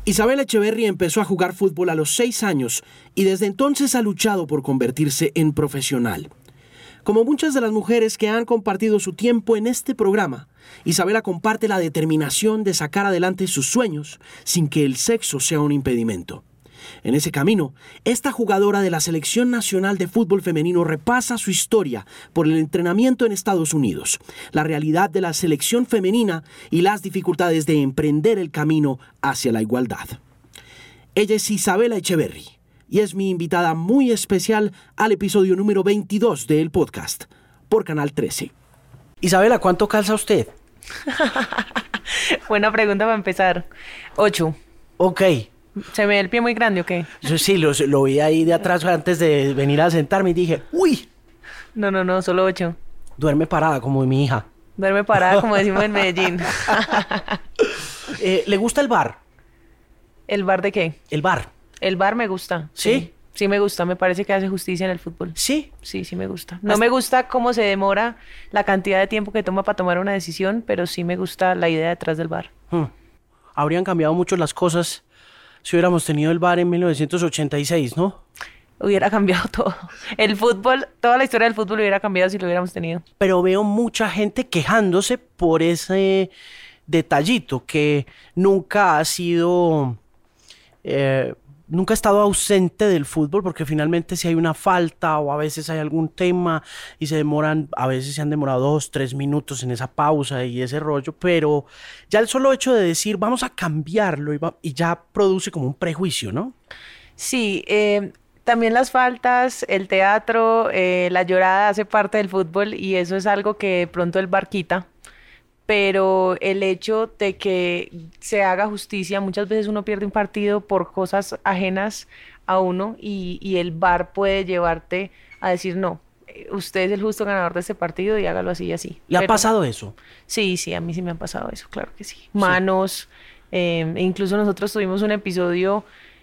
Isabela Echeverry empezó a jugar fútbol a los 6 años y desde entonces ha luchado por convertirse en profesional. Como muchas de las mujeres que han compartido su tiempo en este programa, Isabela comparte la determinación de sacar adelante sus sueños sin que el sexo sea un impedimento. En ese camino, esta jugadora de la Selección Nacional de Fútbol Femenino repasa su historia por el entrenamiento en Estados Unidos, la realidad de la selección femenina y las dificultades de emprender el camino hacia la igualdad. Ella es Isabela Echeverry y es mi invitada muy especial al episodio número 22 del podcast por Canal 13. Isabela, ¿cuánto calza usted? Buena pregunta para empezar. 8. Ok. ¿Se me ve el pie muy grande o qué? Sí, lo vi ahí de atrás antes de venir a sentarme y dije, ¡uy! No, solo 8. Duerme parada como mi hija. Duerme parada, como decimos en Medellín. ¿Le gusta el bar? ¿El bar de qué? El bar. El bar me gusta. ¿Sí? Sí me gusta, me parece que hace justicia en el fútbol. ¿Sí? Sí me gusta. No me gusta cómo se demora, la cantidad de tiempo que toma para tomar una decisión, pero sí me gusta la idea detrás del bar. Habrían cambiado mucho las cosas si hubiéramos tenido el bar en 1986, ¿no? Hubiera cambiado todo. El fútbol, toda la historia del fútbol hubiera cambiado si lo hubiéramos tenido. Pero veo mucha gente quejándose por ese detallito que nunca ha sido... nunca ha estado ausente del fútbol, porque finalmente si hay una falta o a veces hay algún tema y a veces se han demorado 2, 3 minutos en esa pausa y ese rollo, pero ya el solo hecho de decir vamos a cambiarlo y ya produce como un prejuicio, ¿no? Sí, también las faltas, el teatro, la llorada hace parte del fútbol y eso es algo que de pronto el VAR quita. Pero el hecho de que se haga justicia, muchas veces uno pierde un partido por cosas ajenas a uno y el VAR puede llevarte a decir no, usted es el justo ganador de este partido y hágalo así y así. ¿Le ha pasado eso? Sí, a mí sí me ha pasado eso, claro que sí. Manos, incluso nosotros tuvimos un episodio,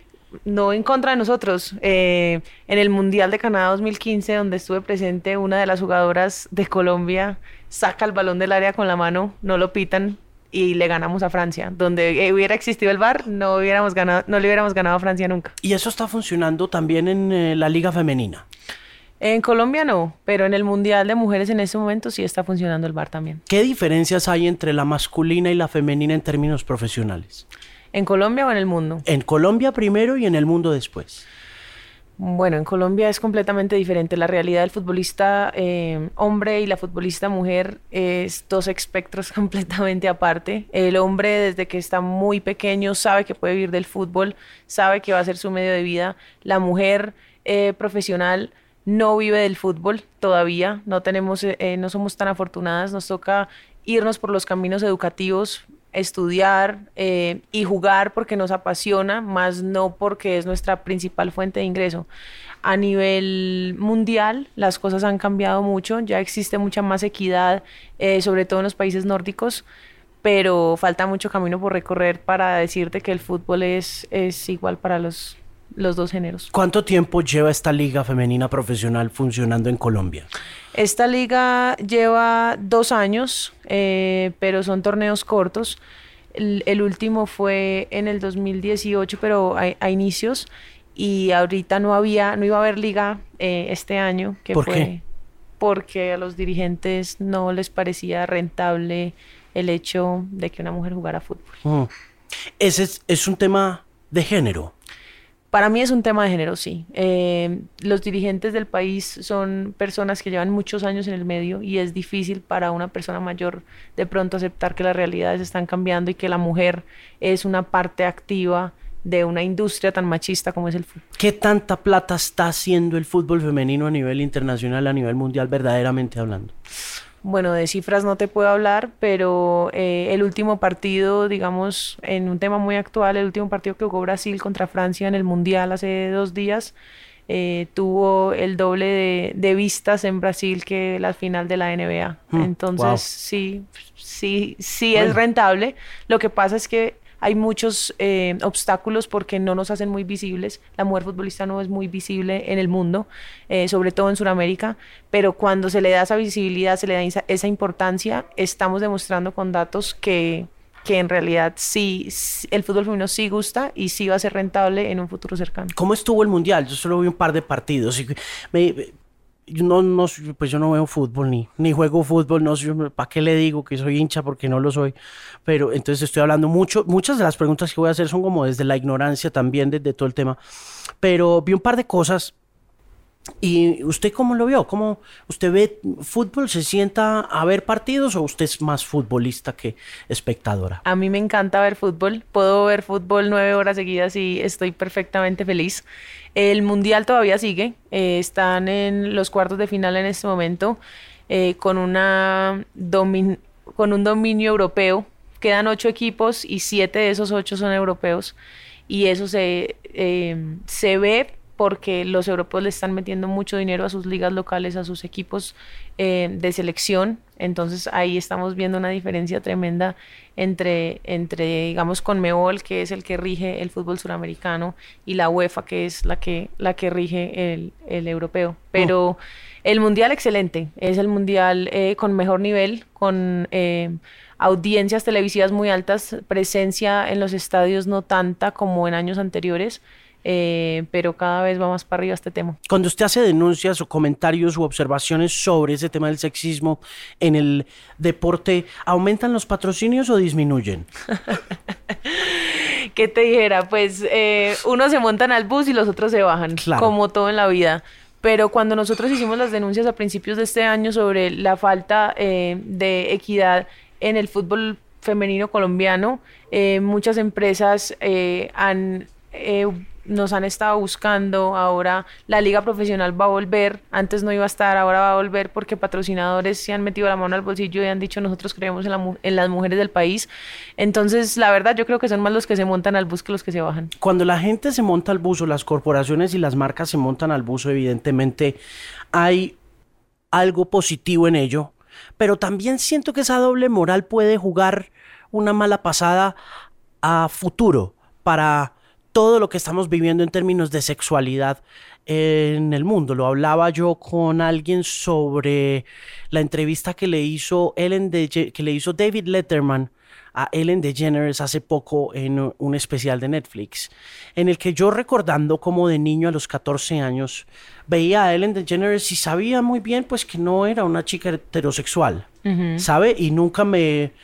no en contra de nosotros, en el Mundial de Canadá 2015, donde estuve presente, una de las jugadoras de Colombia saca el balón del área con la mano, no lo pitan y le ganamos a Francia. Donde hubiera existido el VAR, no le hubiéramos ganado a Francia nunca. ¿Y eso está funcionando también en la Liga Femenina? En Colombia no, pero en el Mundial de Mujeres en este momento sí está funcionando el VAR también. ¿Qué diferencias hay entre la masculina y la femenina en términos profesionales? ¿En Colombia o en el mundo? En Colombia primero y en el mundo después. Bueno, en Colombia es completamente diferente. La realidad del futbolista hombre y la futbolista mujer es 2 espectros completamente aparte. El hombre desde que está muy pequeño sabe que puede vivir del fútbol, sabe que va a ser su medio de vida. La mujer profesional no vive del fútbol todavía. No somos tan afortunadas. Nos toca irnos por los caminos educativos, estudiar y jugar porque nos apasiona, más no porque es nuestra principal fuente de ingreso. A nivel mundial, las cosas han cambiado mucho, ya existe mucha más equidad, sobre todo en los países nórdicos, pero falta mucho camino por recorrer para decirte que el fútbol es igual para los 2 géneros. ¿Cuánto tiempo lleva esta liga femenina profesional funcionando en Colombia? Esta liga lleva 2 años, pero son torneos cortos. El último fue en el 2018, pero a inicios, y ahorita no iba a haber liga este año. ¿Por qué? Porque a los dirigentes no les parecía rentable el hecho de que una mujer jugara fútbol. ¿Ese es un tema de género? Para mí es un tema de género, sí. Los dirigentes del país son personas que llevan muchos años en el medio y es difícil para una persona mayor de pronto aceptar que las realidades están cambiando y que la mujer es una parte activa de una industria tan machista como es el fútbol. ¿Qué tanta plata está haciendo el fútbol femenino a nivel internacional, a nivel mundial, verdaderamente hablando? Bueno, de cifras no te puedo hablar, pero el último partido, digamos, en un tema muy actual, el último partido que jugó Brasil contra Francia en el Mundial hace 2 días, tuvo el doble de vistas en Brasil que la final de la NBA. Entonces, wow. sí Bueno. es rentable. Lo que pasa es que hay muchos obstáculos porque no nos hacen muy visibles. La mujer futbolista no es muy visible en el mundo, sobre todo en Sudamérica, pero cuando se le da esa visibilidad, se le da esa importancia, estamos demostrando con datos que que en realidad sí, el fútbol femenino sí gusta y sí va a ser rentable en un futuro cercano. ¿Cómo estuvo el Mundial? Yo solo vi un par de partidos y pues yo no veo fútbol ni juego fútbol, no sé, ¿para qué le digo que soy hincha? Porque no lo soy. Pero entonces estoy hablando muchas de las preguntas que voy a hacer son como desde la ignorancia también de todo el tema. Pero vi un par de cosas. ¿Y usted cómo lo vio? ¿Cómo usted ve fútbol? ¿Se sienta a ver partidos o usted es más futbolista que espectadora? A mí me encanta ver fútbol. Puedo ver fútbol 9 horas seguidas y estoy perfectamente feliz. El Mundial todavía sigue. Están en los cuartos de final en este momento con un dominio europeo. Quedan 8 equipos y 7 de esos 8 son europeos. Y eso se ve porque los europeos le están metiendo mucho dinero a sus ligas locales, a sus equipos de selección. Entonces ahí estamos viendo una diferencia tremenda entre digamos, Conmebol, que es el que rige el fútbol suramericano, y la UEFA, que es la que rige el europeo. Pero el Mundial excelente, es el Mundial con mejor nivel, con audiencias televisivas muy altas, presencia en los estadios no tanta como en años anteriores. Pero cada vez va más para arriba este tema. Cuando usted hace denuncias o comentarios u observaciones sobre ese tema del sexismo en el deporte, ¿aumentan los patrocinios o disminuyen? ¿Qué te dijera? Pues unos se montan al bus y los otros se bajan, claro, como todo en la vida. Pero cuando nosotros hicimos las denuncias a principios de este año sobre la falta de equidad en el fútbol femenino colombiano, muchas empresas nos han estado buscando. Ahora la liga profesional va a volver, antes no iba a estar, ahora va a volver porque patrocinadores se han metido la mano al bolsillo y han dicho nosotros creemos en las mujeres del país. Entonces la verdad yo creo que son más los que se montan al bus que los que se bajan. Cuando la gente se monta al bus o las corporaciones y las marcas se montan al bus, evidentemente hay algo positivo en ello, pero también siento que esa doble moral puede jugar una mala pasada a futuro para todo lo que estamos viviendo en términos de sexualidad en el mundo. Lo hablaba yo con alguien sobre la entrevista que le hizo David Letterman a Ellen DeGeneres hace poco en un especial de Netflix, en el que yo, recordando como de niño a los 14 años, veía a Ellen DeGeneres y sabía muy bien pues que no era una chica heterosexual, ¿sabe? Y nunca me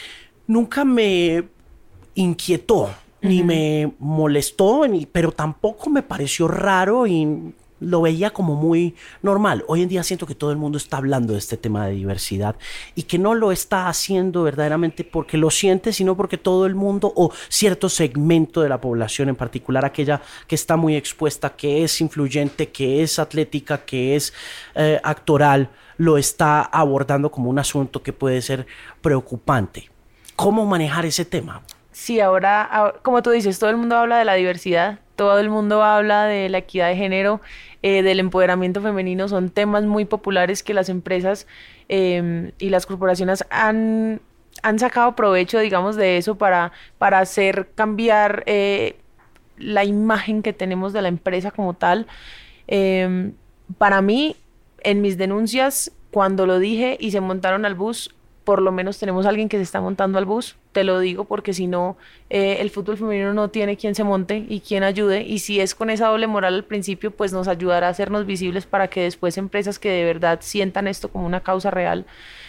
inquietó, ni me molestó, pero tampoco me pareció raro y lo veía como muy normal. Hoy en día siento que todo el mundo está hablando de este tema de diversidad y que no lo está haciendo verdaderamente porque lo siente, sino porque todo el mundo o cierto segmento de la población, en particular aquella que está muy expuesta, que es influyente, que es atlética, que es actoral, lo está abordando como un asunto que puede ser preocupante. ¿Cómo manejar ese tema? Sí, ahora, como tú dices, todo el mundo habla de la diversidad, todo el mundo habla de la equidad de género, del empoderamiento femenino. Son temas muy populares que las empresas y las corporaciones han sacado provecho, digamos, de eso para hacer cambiar la imagen que tenemos de la empresa como tal. Para mí, en mis denuncias, cuando lo dije y se montaron al bus, por lo menos tenemos a alguien que se está montando al bus, te lo digo porque si no, el fútbol femenino no tiene quien se monte y quien ayude, y si es con esa doble moral al principio, pues nos ayudará a hacernos visibles para que después empresas que de verdad sientan esto como una causa real,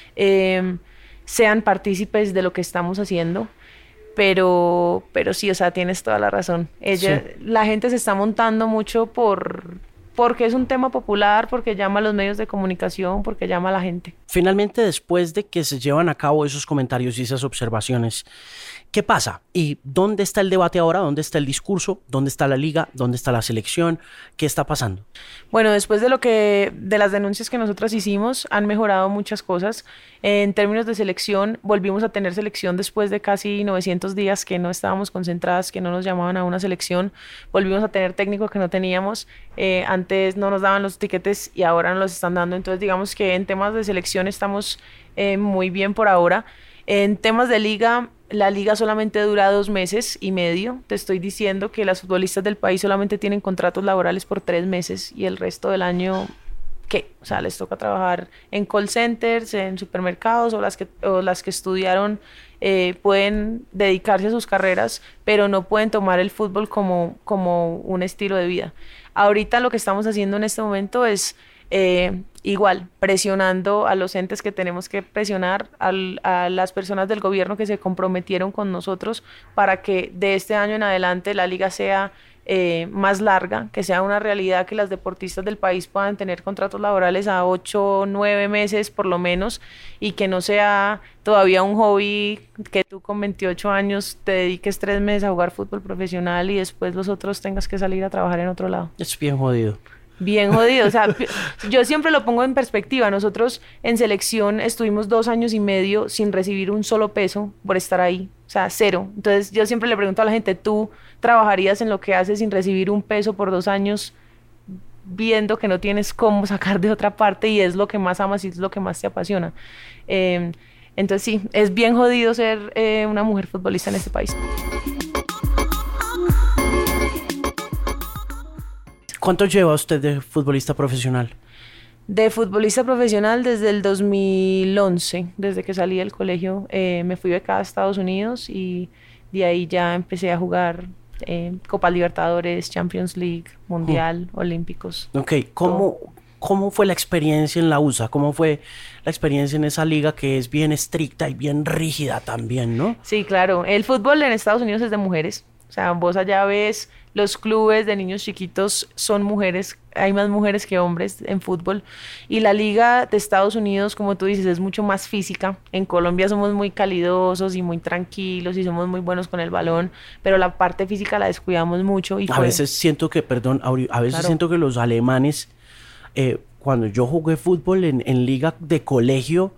sean partícipes de lo que estamos haciendo. Pero sí, o sea, tienes toda la razón. Sí. La gente se está montando mucho porque es un tema popular, porque llama a los medios de comunicación, porque llama a la gente. Finalmente, después de que se llevan a cabo esos comentarios y esas observaciones, ¿qué pasa? ¿Y dónde está el debate ahora? ¿Dónde está el discurso? ¿Dónde está la liga? ¿Dónde está la selección? ¿Qué está pasando? Bueno, después de las denuncias que nosotras hicimos, han mejorado muchas cosas. En términos de selección, volvimos a tener selección después de casi 900 días que no estábamos concentradas, que no nos llamaban a una selección. Volvimos a tener técnicos que no teníamos. Antes no nos daban los tiquetes y ahora nos los están dando. Entonces, digamos que en temas de selección estamos muy bien por ahora. En temas de liga, la liga solamente dura 2 meses y medio. Te estoy diciendo que las futbolistas del país solamente tienen contratos laborales por 3 meses y el resto del año ¿qué? O sea, les toca trabajar en call centers, en supermercados, o las que estudiaron pueden dedicarse a sus carreras, pero no pueden tomar el fútbol como un estilo de vida. Ahorita lo que estamos haciendo en este momento es igual, presionando a los entes que tenemos que presionar, a las personas del gobierno que se comprometieron con nosotros para que de este año en adelante la liga sea más larga, que sea una realidad que las deportistas del país puedan tener contratos laborales a 8, 9 meses por lo menos, y que no sea todavía un hobby que tú con 28 años te dediques 3 meses a jugar fútbol profesional y después los otros tengas que salir a trabajar en otro lado. Es bien jodido. Bien jodido, o sea, yo siempre lo pongo en perspectiva. Nosotros en selección estuvimos 2 años y medio sin recibir un solo peso por estar ahí, o sea, 0. Entonces yo siempre le pregunto a la gente, ¿tú trabajarías en lo que haces sin recibir un peso por 2 años, viendo que no tienes cómo sacar de otra parte y es lo que más amas y es lo que más te apasiona? Entonces sí, es bien jodido ser una mujer futbolista en este país. ¿Cuánto lleva usted de futbolista profesional? De futbolista profesional desde el 2011, desde que salí del colegio, me fui becada a Estados Unidos y de ahí ya empecé a jugar Copa Libertadores, Champions League, Mundial, Olímpicos. Ok, ¿cómo fue la experiencia en la USA? ¿Cómo fue la experiencia en esa liga que es bien estricta y bien rígida también, no? Sí, claro. El fútbol en Estados Unidos es de mujeres. O sea, vos allá ves los clubes de niños chiquitos, son mujeres, hay más mujeres que hombres en fútbol. Y la liga de Estados Unidos, como tú dices, es mucho más física. En Colombia somos muy calidosos y muy tranquilos y somos muy buenos con el balón, pero la parte física la descuidamos mucho. Y a veces siento que, Claro. siento que los alemanes, cuando yo jugué fútbol en liga de colegio,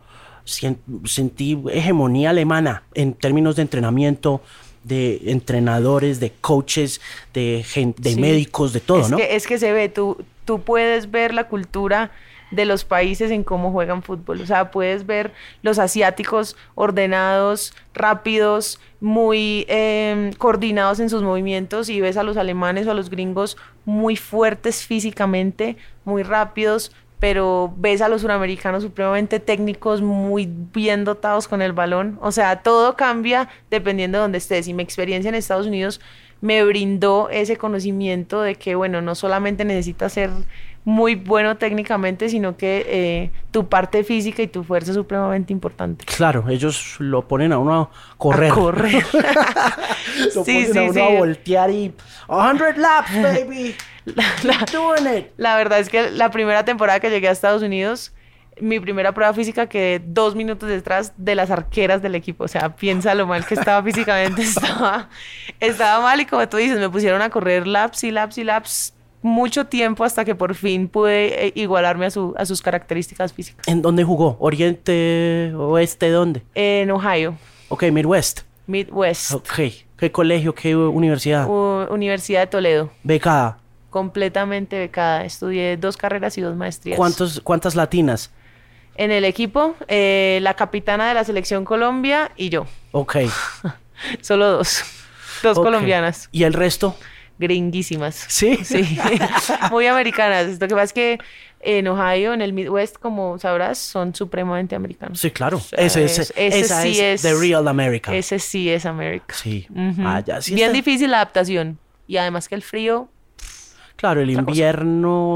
sentí hegemonía alemana en términos de entrenamiento, de entrenadores, de coaches, de Sí. médicos, de todo, ¿no? Es que se ve, tú puedes ver la cultura de los países en cómo juegan fútbol. O sea, puedes ver los asiáticos ordenados, rápidos, muy coordinados en sus movimientos, y ves a los alemanes o a los gringos muy fuertes físicamente, muy rápidos, pero ves a los suramericanos supremamente técnicos, muy bien dotados con el balón. O sea, todo cambia dependiendo de dónde estés. Y mi experiencia en Estados Unidos me brindó ese conocimiento de que, bueno, no solamente necesitas ser muy bueno técnicamente, sino que tu parte física y tu fuerza es supremamente importante. Claro, ellos lo ponen a uno a correr. A correr. Lo ponen a uno a voltear y 100 laps, baby. Doing it. La verdad es que la primera temporada que llegué a Estados Unidos, mi primera prueba física, quedé 2 minutos detrás de las arqueras del equipo. O sea, piensa lo mal que estaba físicamente. Estaba mal, y como tú dices, me pusieron a correr laps y laps y laps mucho tiempo hasta que por fin pude igualarme a sus características físicas. ¿En dónde jugó? ¿Oriente, oeste, dónde? En Ohio. Ok, Midwest. Midwest. Ok. ¿Qué colegio, qué universidad? Universidad de Toledo. Becada. Completamente becada. Estudié 2 carreras y 2 maestrías. ¿Cuántas latinas? En el equipo, la capitana de la selección Colombia y yo. Ok. Solo 2. 2 Ok. colombianas. ¿Y el resto? Gringuísimas. Sí. Sí. Muy americanas. Lo que pasa es que en Ohio, en el Midwest, como sabrás, son supremamente americanos. Sí, claro. O sea, Esa sí es The Real America. Ese sí es América. Sí. Ujú. Ya sí Bien está. difícil la adaptación. Y además que el frío... Claro, el Otra cosa. invierno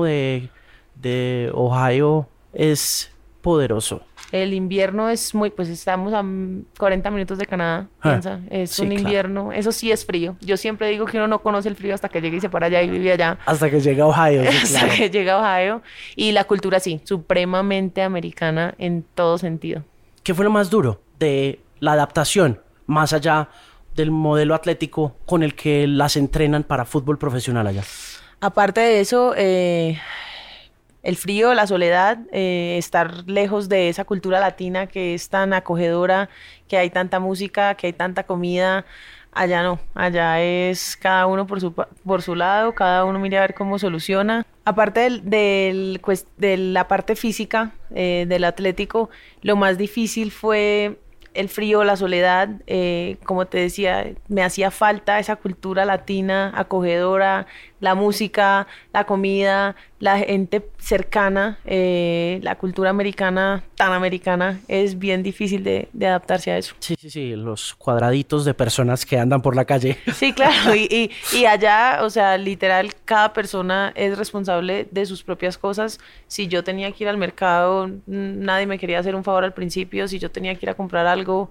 de Ohio es poderoso. El invierno es muy... Pues estamos a 40 minutos de Canadá, piensa. Es sí, un claro. invierno... Eso sí es frío. Yo siempre digo que uno no conoce el frío hasta que llega y se para allá y vive allá. Hasta que llega a Ohio, sí, Hasta claro. que llega a Ohio. Y la cultura sí, supremamente americana en todo sentido. ¿Qué fue lo más duro de la adaptación, más allá del modelo atlético con el que las entrenan para fútbol profesional allá? Aparte de eso, el frío, la soledad, estar lejos de esa cultura latina que es tan acogedora, que hay tanta música, que hay tanta comida. Allá no, allá es cada uno por su lado, cada uno mira a ver cómo soluciona. Aparte de la parte física del atlético, lo más difícil fue el frío, la soledad, como te decía, me hacía falta esa cultura latina, acogedora, la música, la comida, la gente cercana, la cultura americana, tan americana, es bien difícil de adaptarse a eso. Sí, los cuadraditos de personas que andan por la calle. Sí, claro, y allá, o sea, literal, cada persona es responsable de sus propias cosas. Si yo tenía que ir al mercado, nadie me quería hacer un favor al principio. Si yo tenía que ir a comprar algo,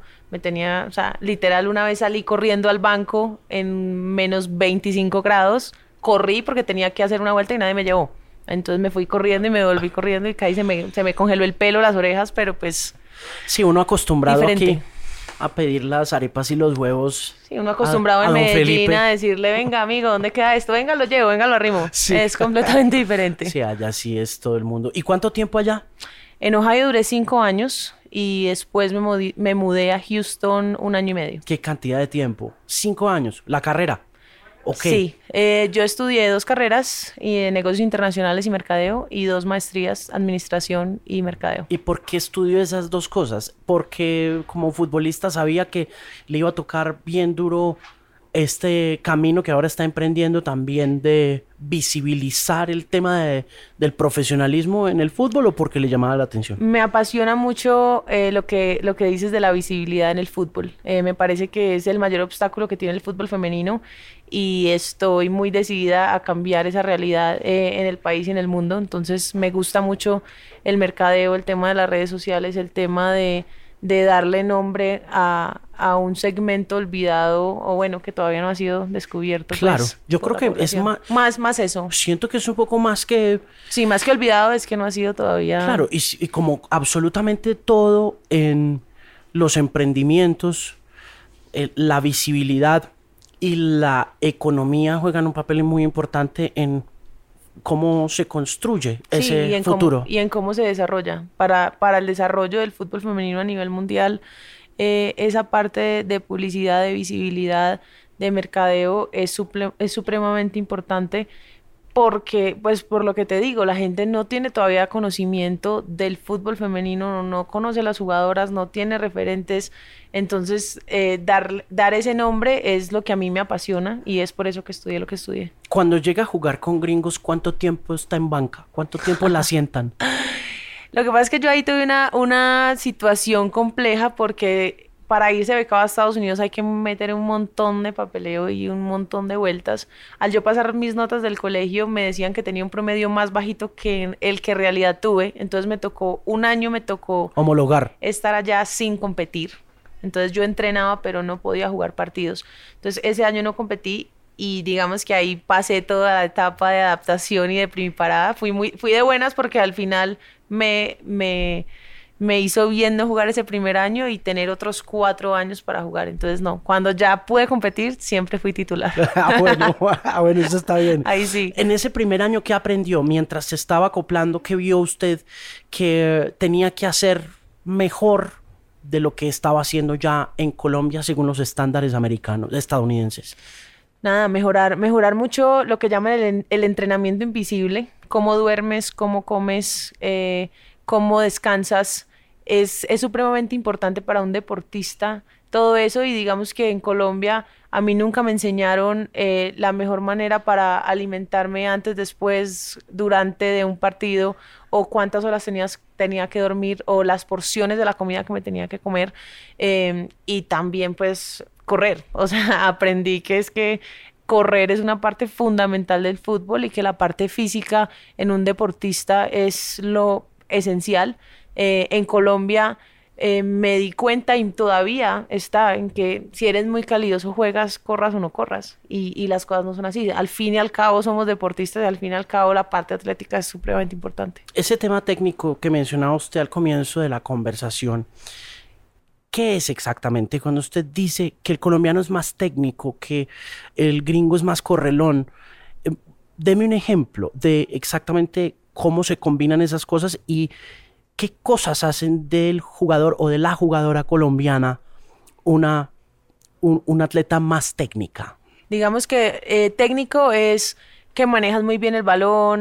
o sea, literal, una vez salí corriendo al banco en menos 25 grados, corrí porque tenía que hacer una vuelta y nadie me llevó. Entonces me fui corriendo y me volví corriendo y casi se me congeló el pelo, las orejas, pero pues... Sí, uno acostumbrado diferente. Aquí a pedir las arepas y los huevos. Sí, uno acostumbrado en don Medellín Felipe. a decirle, venga, amigo, ¿dónde queda esto? Venga, lo llevo, venga, lo arrimo. Sí. Es completamente diferente. Sí, allá sí es todo el mundo. ¿Y cuánto tiempo allá? En Ohio duré 5 años y después me mudé a Houston 1 año y medio. ¿Qué cantidad de tiempo? 5 años. ¿La carrera? ¿O qué? Sí, yo estudié 2 carreras, negocios internacionales y mercadeo, y 2 maestrías, administración y mercadeo. ¿Y por qué estudió esas dos cosas? Porque como futbolista sabía que le iba a tocar bien duro este camino que ahora está emprendiendo también de visibilizar el tema del profesionalismo en el fútbol, ¿o porque le llamaba la atención? Me apasiona mucho lo que dices de la visibilidad en el fútbol. Me parece que es el mayor obstáculo que tiene el fútbol femenino y estoy muy decidida a cambiar esa realidad en el país y en el mundo. Entonces me gusta mucho el mercadeo, el tema de las redes sociales, el tema de darle nombre a un segmento olvidado o bueno, que todavía no ha sido descubierto. Claro, pues, yo por creo la que es población. Más eso. Siento que es un poco más que... Sí, más que olvidado es que no ha sido todavía... Claro, y como absolutamente todo en los emprendimientos, la visibilidad y la economía juegan un papel muy importante en cómo se construye ese futuro. Y en cómo se desarrolla. Para el desarrollo del fútbol femenino a nivel mundial, esa parte de publicidad, de visibilidad, de mercadeo es supremamente importante porque, pues por lo que te digo, la gente no tiene todavía conocimiento del fútbol femenino, no conoce a las jugadoras, no tiene referentes. Entonces, dar ese nombre es lo que a mí me apasiona y es por eso que estudié lo que estudié. Cuando llega a jugar con gringos, ¿cuánto tiempo está en banca? ¿Cuánto tiempo la sientan? Lo que pasa es que yo ahí tuve una situación compleja porque para irse becado a Estados Unidos hay que meter un montón de papeleo y un montón de vueltas. Al yo pasar mis notas del colegio me decían que tenía un promedio más bajito que el que en realidad tuve. Entonces un año me tocó homologar, estar allá sin competir. Entonces yo entrenaba pero no podía jugar partidos. Entonces ese año no competí y digamos que ahí pasé toda la etapa de adaptación y de primiparada. Fui de buenas porque al final me hizo bien no jugar ese primer año y tener otros 4 años para jugar. Entonces, no, cuando ya pude competir, siempre fui titular. Bueno, eso está bien. Ahí sí. En ese primer año, ¿qué aprendió? Mientras se estaba acoplando, ¿qué vio usted que tenía que hacer mejor de lo que estaba haciendo ya en Colombia según los estándares estadounidenses? Nada, mejorar mucho lo que llaman el entrenamiento invisible. Cómo duermes, cómo comes, cómo descansas, es supremamente importante para un deportista, todo eso. Y digamos que en Colombia a mí nunca me enseñaron la mejor manera para alimentarme antes, después, durante de un partido, o cuántas horas tenía que dormir, o las porciones de la comida que me tenía que comer, y también pues correr. O sea, aprendí que correr es una parte fundamental del fútbol y que la parte física en un deportista es lo esencial. En Colombia me di cuenta y todavía está en que si eres muy calidoso juegas, corras o no corras, y las cosas no son así. Al fin y al cabo somos deportistas y al fin y al cabo la parte atlética es supremamente importante. Ese tema técnico que mencionaba usted al comienzo de la conversación, ¿qué es exactamente cuando usted dice que el colombiano es más técnico, que el gringo es más correlón? Deme un ejemplo de exactamente cómo se combinan esas cosas y qué cosas hacen del jugador o de la jugadora colombiana una atleta más técnica. Digamos que técnico es que manejas muy bien el balón,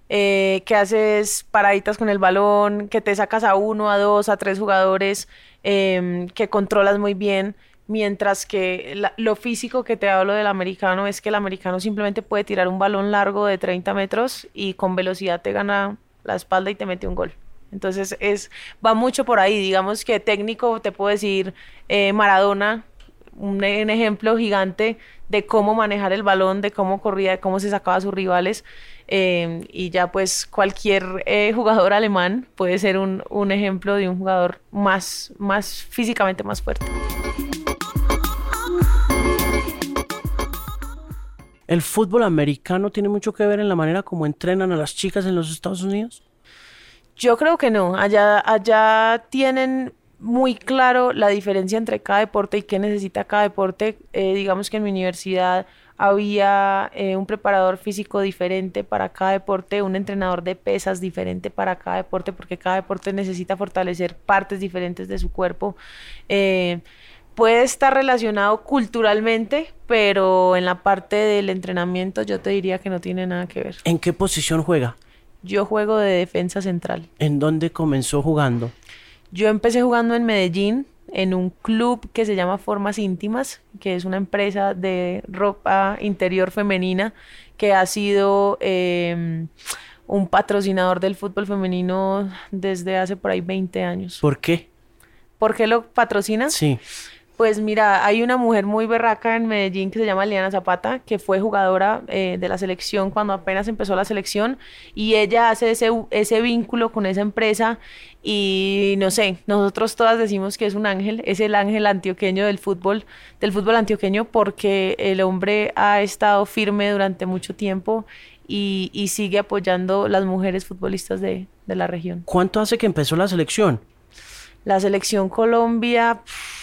que haces paraditas con el balón, que te sacas a 1, a 2, a 3 jugadores, que controlas muy bien. Mientras que lo físico que te hablo del americano es que el americano simplemente puede tirar un balón largo de 30 metros y con velocidad te gana la espalda y te mete un gol. Entonces va mucho por ahí. Digamos que técnico, te puedo decir Maradona, un ejemplo gigante de cómo manejar el balón, de cómo corría, de cómo se sacaba a sus rivales. Y ya pues cualquier jugador alemán puede ser un ejemplo de un jugador más físicamente más fuerte. ¿El fútbol americano tiene mucho que ver en la manera como entrenan a las chicas en los Estados Unidos? Yo creo que no. Allá tienen muy claro la diferencia entre cada deporte y qué necesita cada deporte. Digamos que en mi universidad había un preparador físico diferente para cada deporte, un entrenador de pesas diferente para cada deporte, porque cada deporte necesita fortalecer partes diferentes de su cuerpo. Puede estar relacionado culturalmente, pero en la parte del entrenamiento yo te diría que no tiene nada que ver. ¿En qué posición juega? Yo juego de defensa central. ¿En dónde comenzó jugando? Yo empecé jugando en Medellín, en un club que se llama Formas Íntimas, que es una empresa de ropa interior femenina que ha sido un patrocinador del fútbol femenino desde hace por ahí 20 años. ¿Por qué? ¿Por qué lo patrocina? Sí. Pues mira, hay una mujer muy berraca en Medellín que se llama Liana Zapata, que fue jugadora de la selección cuando apenas empezó la selección, y ella hace ese vínculo con esa empresa y no sé, nosotros todas decimos que es un ángel, es el ángel antioqueño del fútbol antioqueño, porque el hombre ha estado firme durante mucho tiempo y sigue apoyando las mujeres futbolistas de la región. ¿Cuánto hace que empezó la selección? La selección Colombia...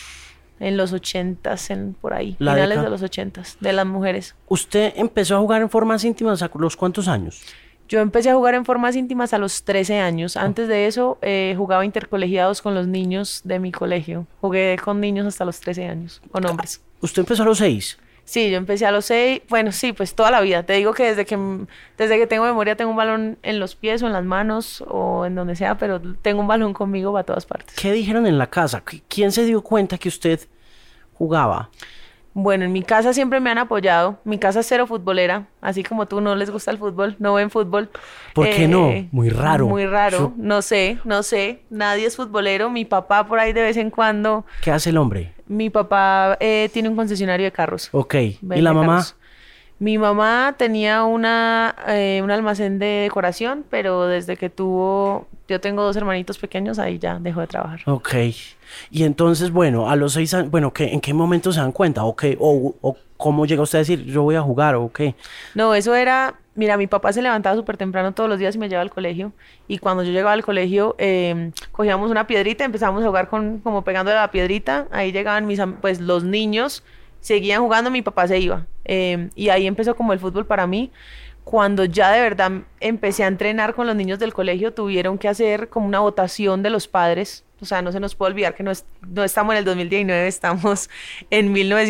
en los 80s, por ahí, finales de los 80s, de las mujeres. ¿Usted empezó a jugar en Formas Íntimas a los cuántos años? Yo empecé a jugar en Formas Íntimas a los 13 años. Antes de eso, jugaba intercolegiados con los niños de mi colegio. Jugué con niños hasta los 13 años, con hombres. ¿Usted empezó a los 6? Sí, yo empecé a los 6, bueno, sí, pues toda la vida. Te digo que desde que tengo memoria tengo un balón en los pies o en las manos o en donde sea, pero tengo un balón conmigo para todas partes. ¿Qué dijeron en la casa? ¿Quién se dio cuenta que usted jugaba? Bueno, en mi casa siempre me han apoyado. Mi casa es cero futbolera, así como tú, no les gusta el fútbol, no ven fútbol. ¿Por qué no? Muy raro. Muy raro, no sé, nadie es futbolero. Mi papá por ahí de vez en cuando. ¿Qué hace el hombre? Mi papá tiene un concesionario de carros. Ok, ¿y la mamá? Carros. Mi mamá tenía un almacén de decoración, pero desde que yo tengo 2 hermanitos pequeños, ahí ya dejó de trabajar. Ok, y entonces, bueno, a los 6 años, bueno, ¿en qué momento se dan cuenta? ¿O qué? ¿O cómo llega usted a decir, yo voy a jugar o qué? No, eso era, mira, mi papá se levantaba súper temprano todos los días y me llevaba al colegio, y cuando yo llegaba al colegio, cogíamos una piedrita, empezábamos a jugar como pegándole a la piedrita, ahí llegaban pues los niños, seguían jugando, mi papá se iba. Y ahí empezó como el fútbol para mí. Cuando ya de verdad empecé a entrenar con los niños del colegio, tuvieron que hacer como una votación de los padres. O sea, no se nos puede olvidar que no estamos en el 2019, estamos en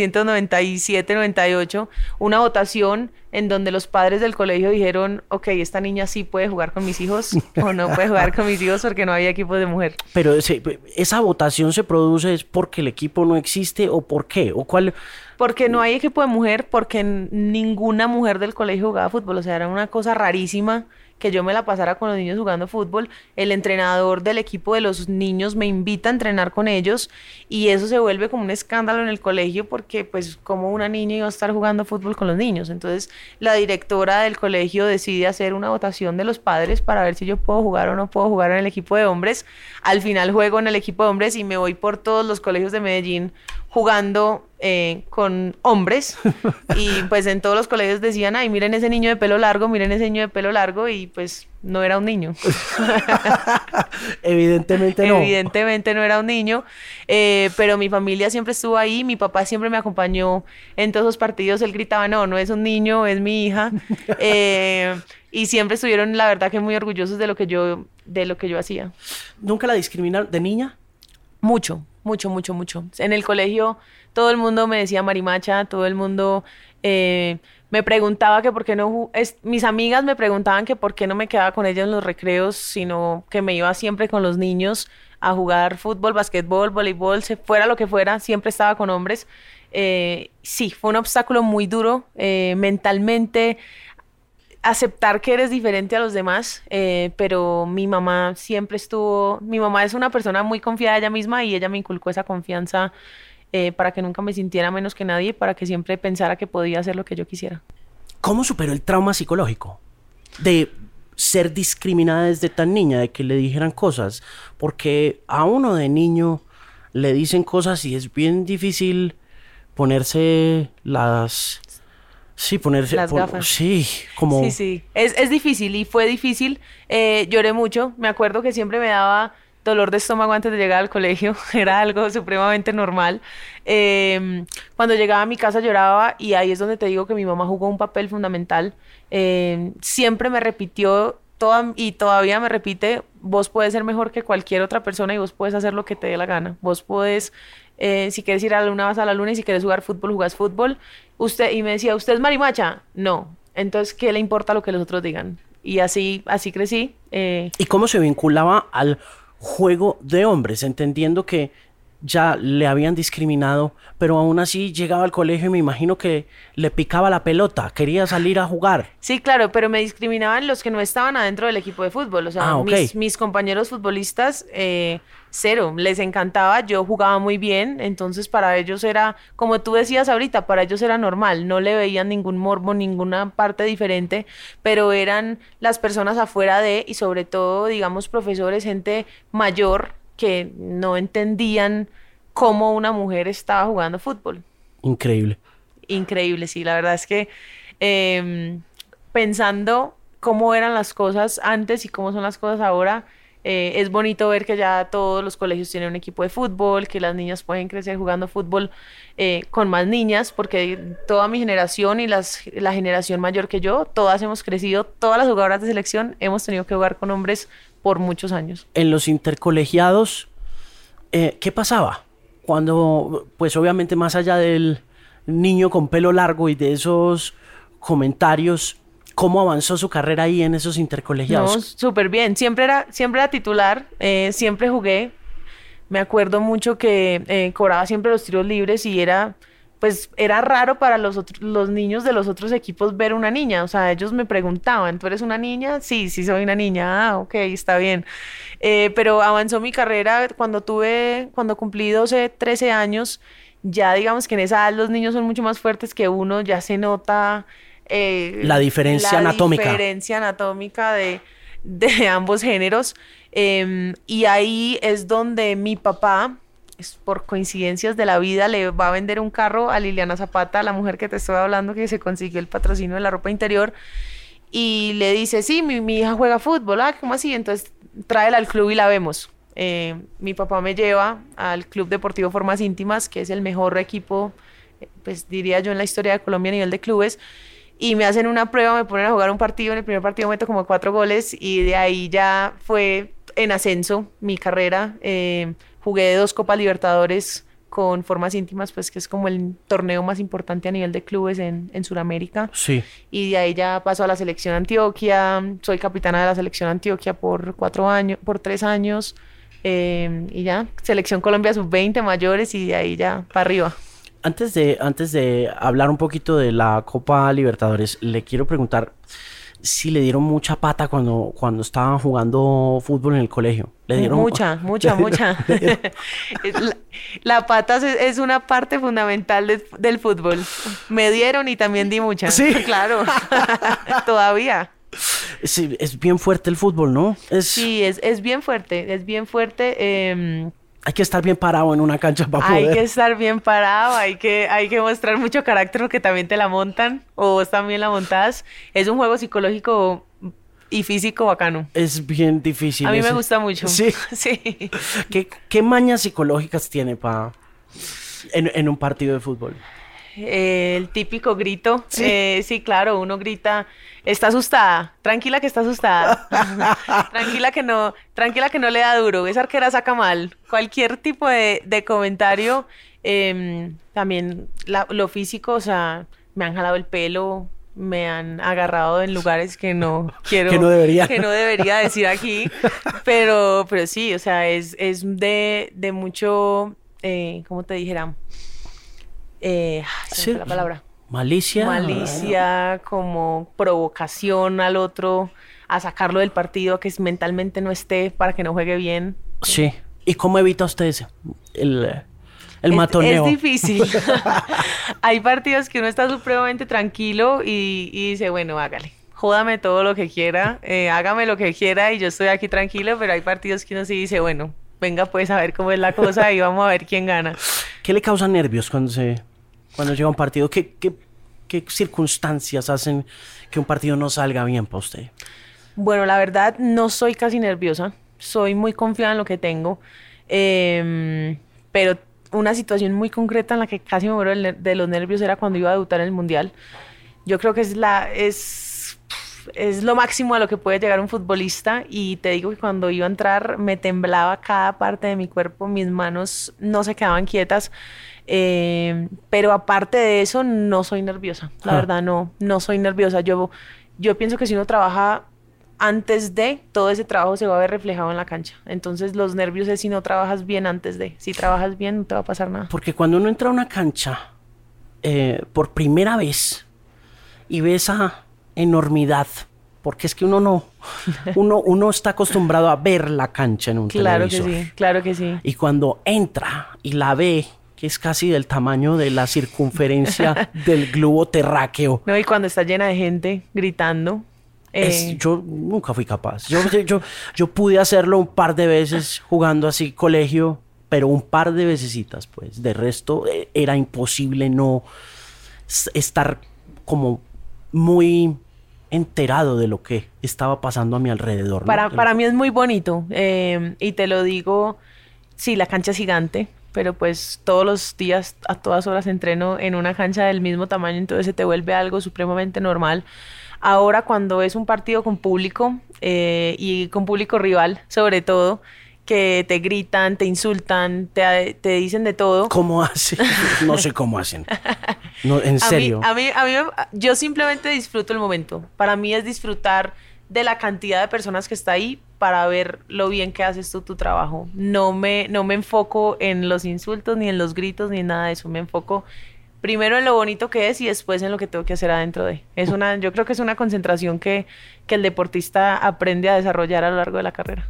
1997-98. Una votación en donde los padres del colegio dijeron, ok, esta niña sí puede jugar con mis hijos o no puede jugar con mis hijos porque no había equipos de mujer. Pero esa votación se produce es porque el equipo no existe o por qué o cuál. Porque no hay equipo de mujer, porque ninguna mujer del colegio jugaba fútbol, o sea, era una cosa rarísima que yo me la pasara con los niños jugando fútbol. El entrenador del equipo de los niños me invita a entrenar con ellos y eso se vuelve como un escándalo en el colegio porque pues como una niña iba a estar jugando fútbol con los niños. Entonces la directora del colegio decide hacer una votación de los padres para ver si yo puedo jugar o no puedo jugar en el equipo de hombres. Al final juego en el equipo de hombres y me voy por todos los colegios de Medellín jugando con hombres y pues en todos los colegios decían, ay, miren ese niño de pelo largo, miren ese niño de pelo largo, y pues no era un niño. Evidentemente no. Evidentemente no era un niño, pero mi familia siempre estuvo ahí, mi papá siempre me acompañó en todos los partidos, él gritaba, no es un niño, es mi hija, y siempre estuvieron, la verdad, que muy orgullosos de lo que yo hacía. ¿Nunca la discriminaron de niña? Mucho. mucho, mucho, mucho. En el colegio todo el mundo me decía marimacha, todo el mundo me preguntaba que por qué no... mis amigas me preguntaban que por qué no me quedaba con ellas en los recreos, sino que me iba siempre con los niños a jugar fútbol, basquetbol, voleibol, fuera lo que fuera, siempre estaba con hombres. Sí, fue un obstáculo muy duro mentalmente, aceptar que eres diferente a los demás, pero mi mamá siempre estuvo... Mi mamá es una persona muy confiada en ella misma y ella me inculcó esa confianza para que nunca me sintiera menos que nadie, para que siempre pensara que podía hacer lo que yo quisiera. ¿Cómo superó el trauma psicológico de ser discriminada desde tan niña, de que le dijeran cosas? Porque a uno de niño le dicen cosas y es bien difícil ponerse las... Sí, ponerse... Las gafas. Sí, como... Sí, sí. Es difícil y fue difícil. Lloré mucho. Me acuerdo que siempre me daba dolor de estómago antes de llegar al colegio. Era algo supremamente normal. Cuando llegaba a mi casa lloraba y ahí es donde te digo que mi mamá jugó un papel fundamental. Siempre me repitió y todavía me repite, vos puedes ser mejor que cualquier otra persona y vos puedes hacer lo que te dé la gana. Vos puedes... si quieres ir a la luna, vas a la luna, y si quieres jugar fútbol, jugás fútbol. Y me decía, ¿usted es marimacha? No. Entonces, ¿qué le importa lo que los otros digan? Y así crecí. ¿Y cómo se vinculaba al juego de hombres? Entendiendo que ya le habían discriminado, pero aún así llegaba al colegio y me imagino que le picaba la pelota, quería salir a jugar. Sí, claro, pero me discriminaban los que no estaban adentro del equipo de fútbol. O sea, okay. mis compañeros futbolistas, cero, les encantaba, yo jugaba muy bien, entonces para ellos era, como tú decías ahorita, para ellos era normal, no le veían ningún morbo, ninguna parte diferente, pero eran las personas afuera y sobre todo, digamos, profesores, gente mayor, que no entendían cómo una mujer estaba jugando fútbol. Increíble. Increíble, sí. La verdad es que pensando cómo eran las cosas antes y cómo son las cosas ahora, es bonito ver que ya todos los colegios tienen un equipo de fútbol, que las niñas pueden crecer jugando fútbol con más niñas, porque toda mi generación y la generación mayor que yo, todas hemos crecido, todas las jugadoras de selección hemos tenido que jugar con hombres por muchos años. En los intercolegiados, ¿qué pasaba? Cuando, pues obviamente más allá del niño con pelo largo y de esos comentarios, ¿cómo avanzó su carrera ahí en esos intercolegiados? No, súper bien. Siempre era titular, siempre jugué. Me acuerdo mucho que cobraba siempre los tiros libres y era raro para los niños de los otros equipos ver una niña. O sea, ellos me preguntaban, ¿tú eres una niña? Sí, sí soy una niña. Ah, ok, está bien. Pero avanzó mi carrera cuando cumplí 12, 13 años. Ya digamos que en esa edad los niños son mucho más fuertes que uno. Ya se nota... la diferencia anatómica. La diferencia anatómica de ambos géneros. Y ahí es donde mi papá... por coincidencias de la vida, le va a vender un carro a Liliana Zapata, la mujer que te estoy hablando, que se consiguió el patrocinio de la ropa interior, y le dice, sí, mi hija juega fútbol. Ah, ¿cómo así? Entonces tráela al club y la vemos. Mi papá me lleva al Club Deportivo Formas Íntimas, que es el mejor equipo, pues diría yo, en la historia de Colombia a nivel de clubes, y me hacen una prueba, me ponen a jugar un partido. En el primer partido meto como 4 goles, y de ahí ya fue en ascenso mi carrera. Jugué 2 Copas Libertadores con Formas Íntimas, pues que es como el torneo más importante a nivel de clubes en Sudamérica. Sí. Y de ahí ya paso a la selección Antioquia, soy capitana de la selección Antioquia por 3 años, y ya, selección Colombia sub-20 mayores, y de ahí ya para arriba. Antes de hablar un poquito de la Copa Libertadores, le quiero preguntar si le dieron mucha pata cuando estaban jugando fútbol en el colegio. ¿Le dieron mucha? La pata es una parte fundamental del fútbol. Me dieron y también di mucha. Sí. Claro. Todavía. Sí, es bien fuerte el fútbol, ¿no? Sí, es bien fuerte. Es bien fuerte. Hay que estar bien parado en una cancha para poder. Hay que estar bien parado, hay que mostrar mucho carácter porque también te la montan o vos también la montás. Es un juego psicológico y físico bacano. Es bien difícil. A mí me gusta mucho. Sí. Sí. ¿Qué mañas psicológicas tiene en un partido de fútbol? El típico grito. Sí. Sí, claro, uno grita, está asustada, tranquila que está asustada, tranquila que no le da duro, esa arquera saca mal. Cualquier tipo de comentario, también lo físico, o sea, me han jalado el pelo, me han agarrado en lugares que no quiero, que no debería decir aquí, pero sí, o sea, es de mucho, ¿cómo te dijera? Se me fue la palabra. Malicia, como provocación al otro, a sacarlo del partido, a que mentalmente no esté, para que no juegue bien. Sí. ¿Y cómo evita usted el matoneo? Es difícil. Hay partidos que uno está supremamente tranquilo y dice, bueno, hágale. Jódame todo lo que quiera, hágame lo que quiera y yo estoy aquí tranquilo, pero hay partidos que uno sí dice, bueno, venga pues a ver cómo es la cosa y vamos a ver quién gana. ¿Qué le causa nervios cuando llega un partido? ¿Qué circunstancias hacen que un partido no salga bien para usted? Bueno, la verdad no soy casi nerviosa, soy muy confiada en lo que tengo, pero una situación muy concreta en la que casi me muero de los nervios era cuando iba a debutar en el Mundial. Yo creo que es lo máximo a lo que puede llegar un futbolista y te digo que cuando iba a entrar me temblaba cada parte de mi cuerpo, mis manos no se quedaban quietas, pero aparte de eso no soy nerviosa, la verdad no soy nerviosa. Yo pienso que si uno trabaja antes de, todo ese trabajo se va a ver reflejado en la cancha. Entonces los nervios es si no trabajas bien antes de. Si trabajas bien no te va a pasar nada. Porque cuando uno entra a una cancha por primera vez y ve esa enormidad, porque es que uno está acostumbrado a ver la cancha en un televisor. Claro que sí. Y cuando entra y la ve, que es casi del tamaño de la circunferencia del globo terráqueo. No, y cuando está llena de gente gritando. Yo nunca fui capaz. Yo pude hacerlo un par de veces jugando así colegio, pero un par de vecesitas, pues. De resto, era imposible no estar como muy enterado de lo que estaba pasando a mi alrededor, ¿no? Para mí es muy bonito. Y te lo digo, sí, la cancha es gigante, pero pues todos los días, a todas horas entreno en una cancha del mismo tamaño, entonces se te vuelve algo supremamente normal. Ahora cuando es un partido con público y con público rival, sobre todo, que te gritan, te insultan, te dicen de todo. ¿Cómo hacen? No sé cómo hacen. No, en serio. Yo simplemente disfruto el momento. Para mí es disfrutar de la cantidad de personas que está ahí para ver lo bien que haces tú tu trabajo. No me enfoco en los insultos, ni en los gritos, ni en nada de eso. Me enfoco primero en lo bonito que es y después en lo que tengo que hacer adentro de. Yo creo que es una concentración que el deportista aprende a desarrollar a lo largo de la carrera.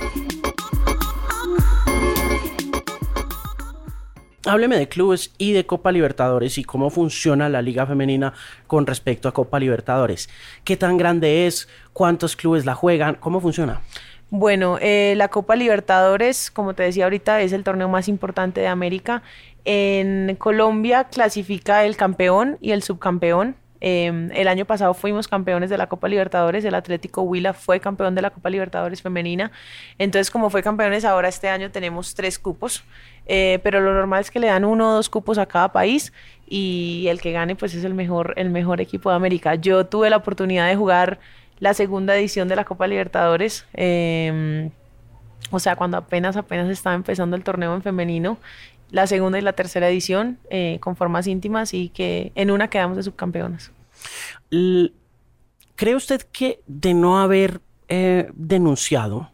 Hábleme de clubes y de Copa Libertadores y cómo funciona la Liga Femenina con respecto a Copa Libertadores. ¿Qué tan grande es? ¿Cuántos clubes la juegan? ¿Cómo funciona? Bueno, la Copa Libertadores, como te decía ahorita, es el torneo más importante de América. En Colombia clasifica el campeón y el subcampeón. El año pasado fuimos campeones de la Copa Libertadores, el Atlético Huila fue campeón de la Copa Libertadores femenina, entonces como fue campeones ahora este año tenemos 3 cupos, pero lo normal es que le dan 1 o 2 cupos a cada país y el que gane pues es el mejor equipo de América. Yo tuve la oportunidad de jugar la segunda edición de la Copa Libertadores, o sea cuando apenas estaba empezando el torneo en femenino, la segunda y la tercera edición con formas íntimas y que en una quedamos de subcampeonas. ¿Cree usted que de no haber denunciado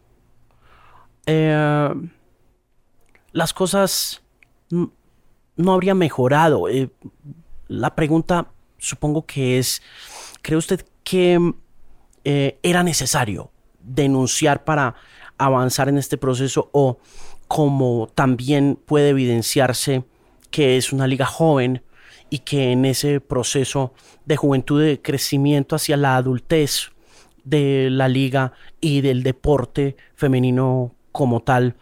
las cosas no habría mejorado? La pregunta supongo que es, ¿cree usted que era necesario denunciar para avanzar en este proceso o como también puede evidenciarse que es una liga joven y que en ese proceso de juventud, de crecimiento hacia la adultez de la liga y del deporte femenino como tal,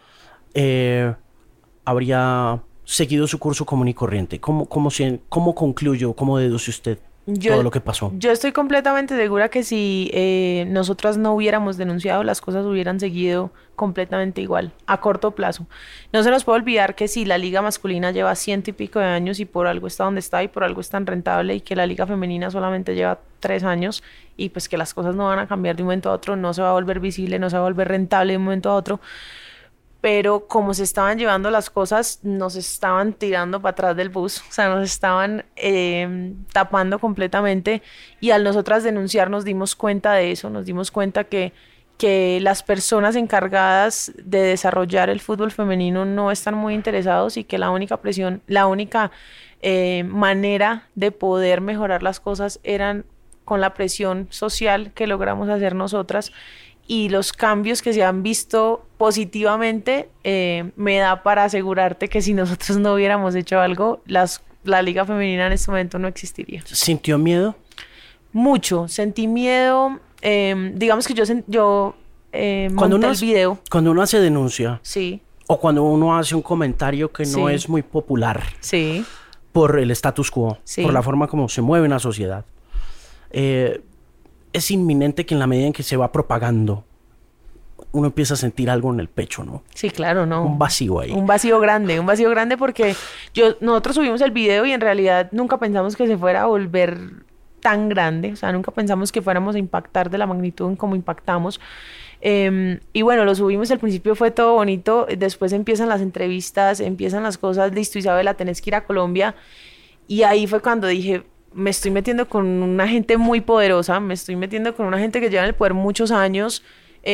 habría seguido su curso común y corriente? ¿Cómo concluyo, cómo deduce usted todo lo que pasó. Yo estoy completamente segura que si nosotras no hubiéramos denunciado, las cosas hubieran seguido completamente igual, a corto plazo. No se nos puede olvidar que si la liga masculina lleva 100 y pico de años y por algo está donde está y por algo es tan rentable, y que la liga femenina solamente lleva 3 años, y pues que las cosas no van a cambiar de un momento a otro, no se va a volver visible, no se va a volver rentable de un momento a otro. Pero como se estaban llevando las cosas, nos estaban tirando para atrás del bus, o sea, nos estaban tapando completamente, y al nosotras denunciar nos dimos cuenta de eso, nos dimos cuenta que las personas encargadas de desarrollar el fútbol femenino no están muy interesados, y que la única presión, la única manera de poder mejorar las cosas eran con la presión social que logramos hacer nosotras. Y los cambios que se han visto positivamente, me da para asegurarte que si nosotros no hubiéramos hecho algo, la liga femenina en este momento no existiría. ¿Sintió miedo? Mucho, sentí miedo. Digamos que yo monté el video. Cuando uno hace denuncia, sí, o cuando uno hace un comentario que no sí, es muy popular, sí, por el status quo, sí, por la forma como se mueve una sociedad, es inminente que en la medida en que se va propagando, uno empieza a sentir algo en el pecho, ¿no? Sí, claro, ¿no? Un vacío ahí. Un vacío grande porque nosotros subimos el video y en realidad nunca pensamos que se fuera a volver tan grande, o sea, nunca pensamos que fuéramos a impactar de la magnitud en cómo impactamos. Y bueno, lo subimos, al principio fue todo bonito, después empiezan las entrevistas, empiezan las cosas, listo, Isabela, tenés que ir a Colombia, y ahí fue cuando dije, me estoy metiendo con una gente muy poderosa, me estoy metiendo con una gente que lleva en el poder muchos años.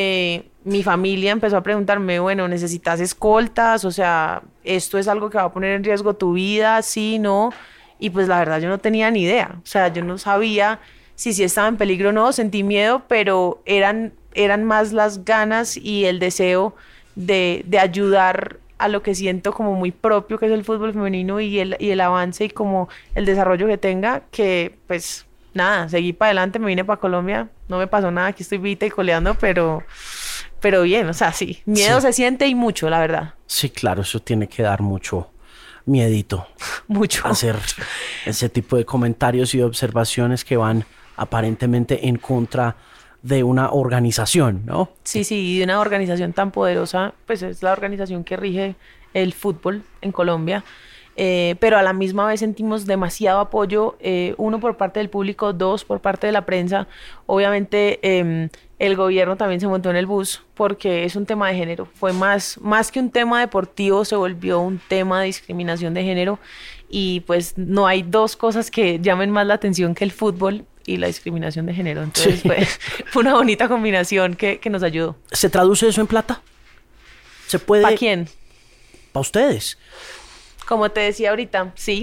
Mi familia empezó a preguntarme, bueno, ¿necesitas escoltas? O sea, ¿esto es algo que va a poner en riesgo tu vida? ¿Sí? ¿No? Y pues la verdad yo no tenía ni idea, o sea, yo no sabía si estaba en peligro o no, sentí miedo, pero eran más las ganas y el deseo de ayudar a lo que siento como muy propio, que es el fútbol femenino, y el avance y como el desarrollo que tenga, que pues nada, seguí para adelante, me vine para Colombia, no me pasó nada, aquí estoy vita y coleando, pero bien, o sea, sí, miedo, sí, se siente, y mucho, la verdad. Sí, claro, eso tiene que dar mucho miedito. Mucho. Hacer ese tipo de comentarios y observaciones que van aparentemente en contra de una organización, ¿no? Sí, y de una organización tan poderosa, pues es la organización que rige el fútbol en Colombia, pero a la misma vez sentimos demasiado apoyo, uno, por parte del público, dos, por parte de la prensa. Obviamente el gobierno también se montó en el bus porque es un tema de género, fue más que un tema deportivo, se volvió un tema de discriminación de género, y pues no hay dos cosas que llamen más la atención que el fútbol y la discriminación de género. Entonces sí, fue una bonita combinación que nos ayudó. ¿Se traduce eso en plata? ¿Se puede? ¿Para quién? Para ustedes. Como te decía ahorita, sí.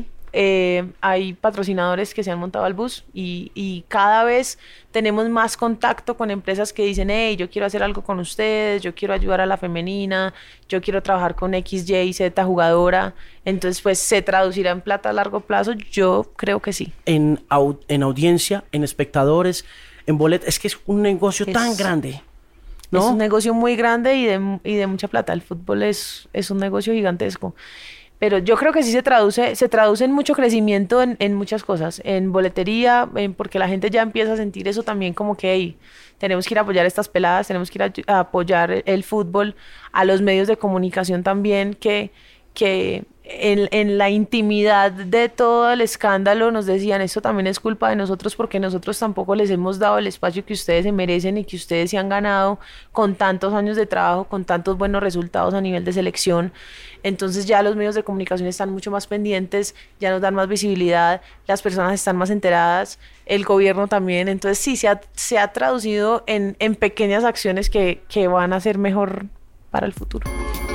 Hay patrocinadores que se han montado al bus, y cada vez tenemos más contacto con empresas que dicen, hey, yo quiero hacer algo con ustedes, yo quiero ayudar a la femenina, yo quiero trabajar con X, Y, Z jugadora. Entonces, pues, ¿se traducirá en plata a largo plazo? Yo creo que sí. En audiencia, en espectadores, en boletas, es que es un negocio tan grande, ¿no? Es un negocio muy grande y de mucha plata. El fútbol es un negocio gigantesco. Pero yo creo que sí se traduce en mucho crecimiento en muchas cosas, en boletería, porque la gente ya empieza a sentir eso también, como que hey, tenemos que ir a apoyar a estas peladas, tenemos que ir a apoyar el fútbol, a los medios de comunicación también, que en la intimidad de todo el escándalo nos decían, esto también es culpa de nosotros porque nosotros tampoco les hemos dado el espacio que ustedes se merecen y que ustedes se han ganado con tantos años de trabajo, con tantos buenos resultados a nivel de selección. Entonces ya los medios de comunicación están mucho más pendientes, ya nos dan más visibilidad, las personas están más enteradas, el gobierno también. Entonces sí, se ha traducido en pequeñas acciones que van a ser mejor para el futuro.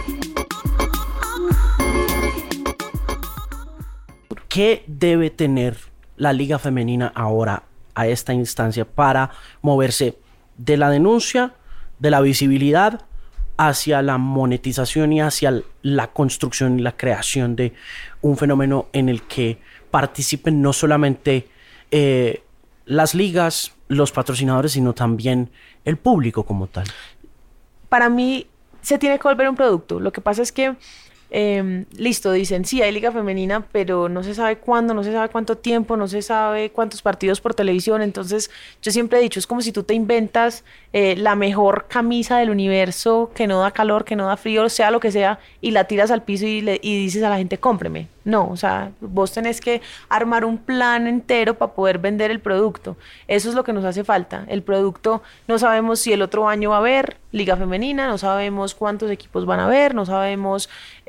¿Qué debe tener la Liga Femenina ahora a esta instancia para moverse de la denuncia, de la visibilidad, hacia la monetización y hacia la construcción y la creación de un fenómeno en el que participen no solamente las ligas, los patrocinadores, sino también el público como tal? Para mí se tiene que volver un producto. Lo que pasa es que listo, dicen, sí, hay liga femenina, pero no se sabe cuándo, no se sabe cuánto tiempo, no se sabe cuántos partidos por televisión. Entonces, yo siempre he dicho, es como si tú te inventas la mejor camisa del universo, que no da calor, que no da frío, sea lo que sea, y la tiras al piso y dices a la gente, cómpreme. No, o sea, vos tenés que armar un plan entero para poder vender el producto. Eso es lo que nos hace falta. El producto, no sabemos si el otro año va a haber liga femenina, no sabemos cuántos equipos van a haber, no sabemos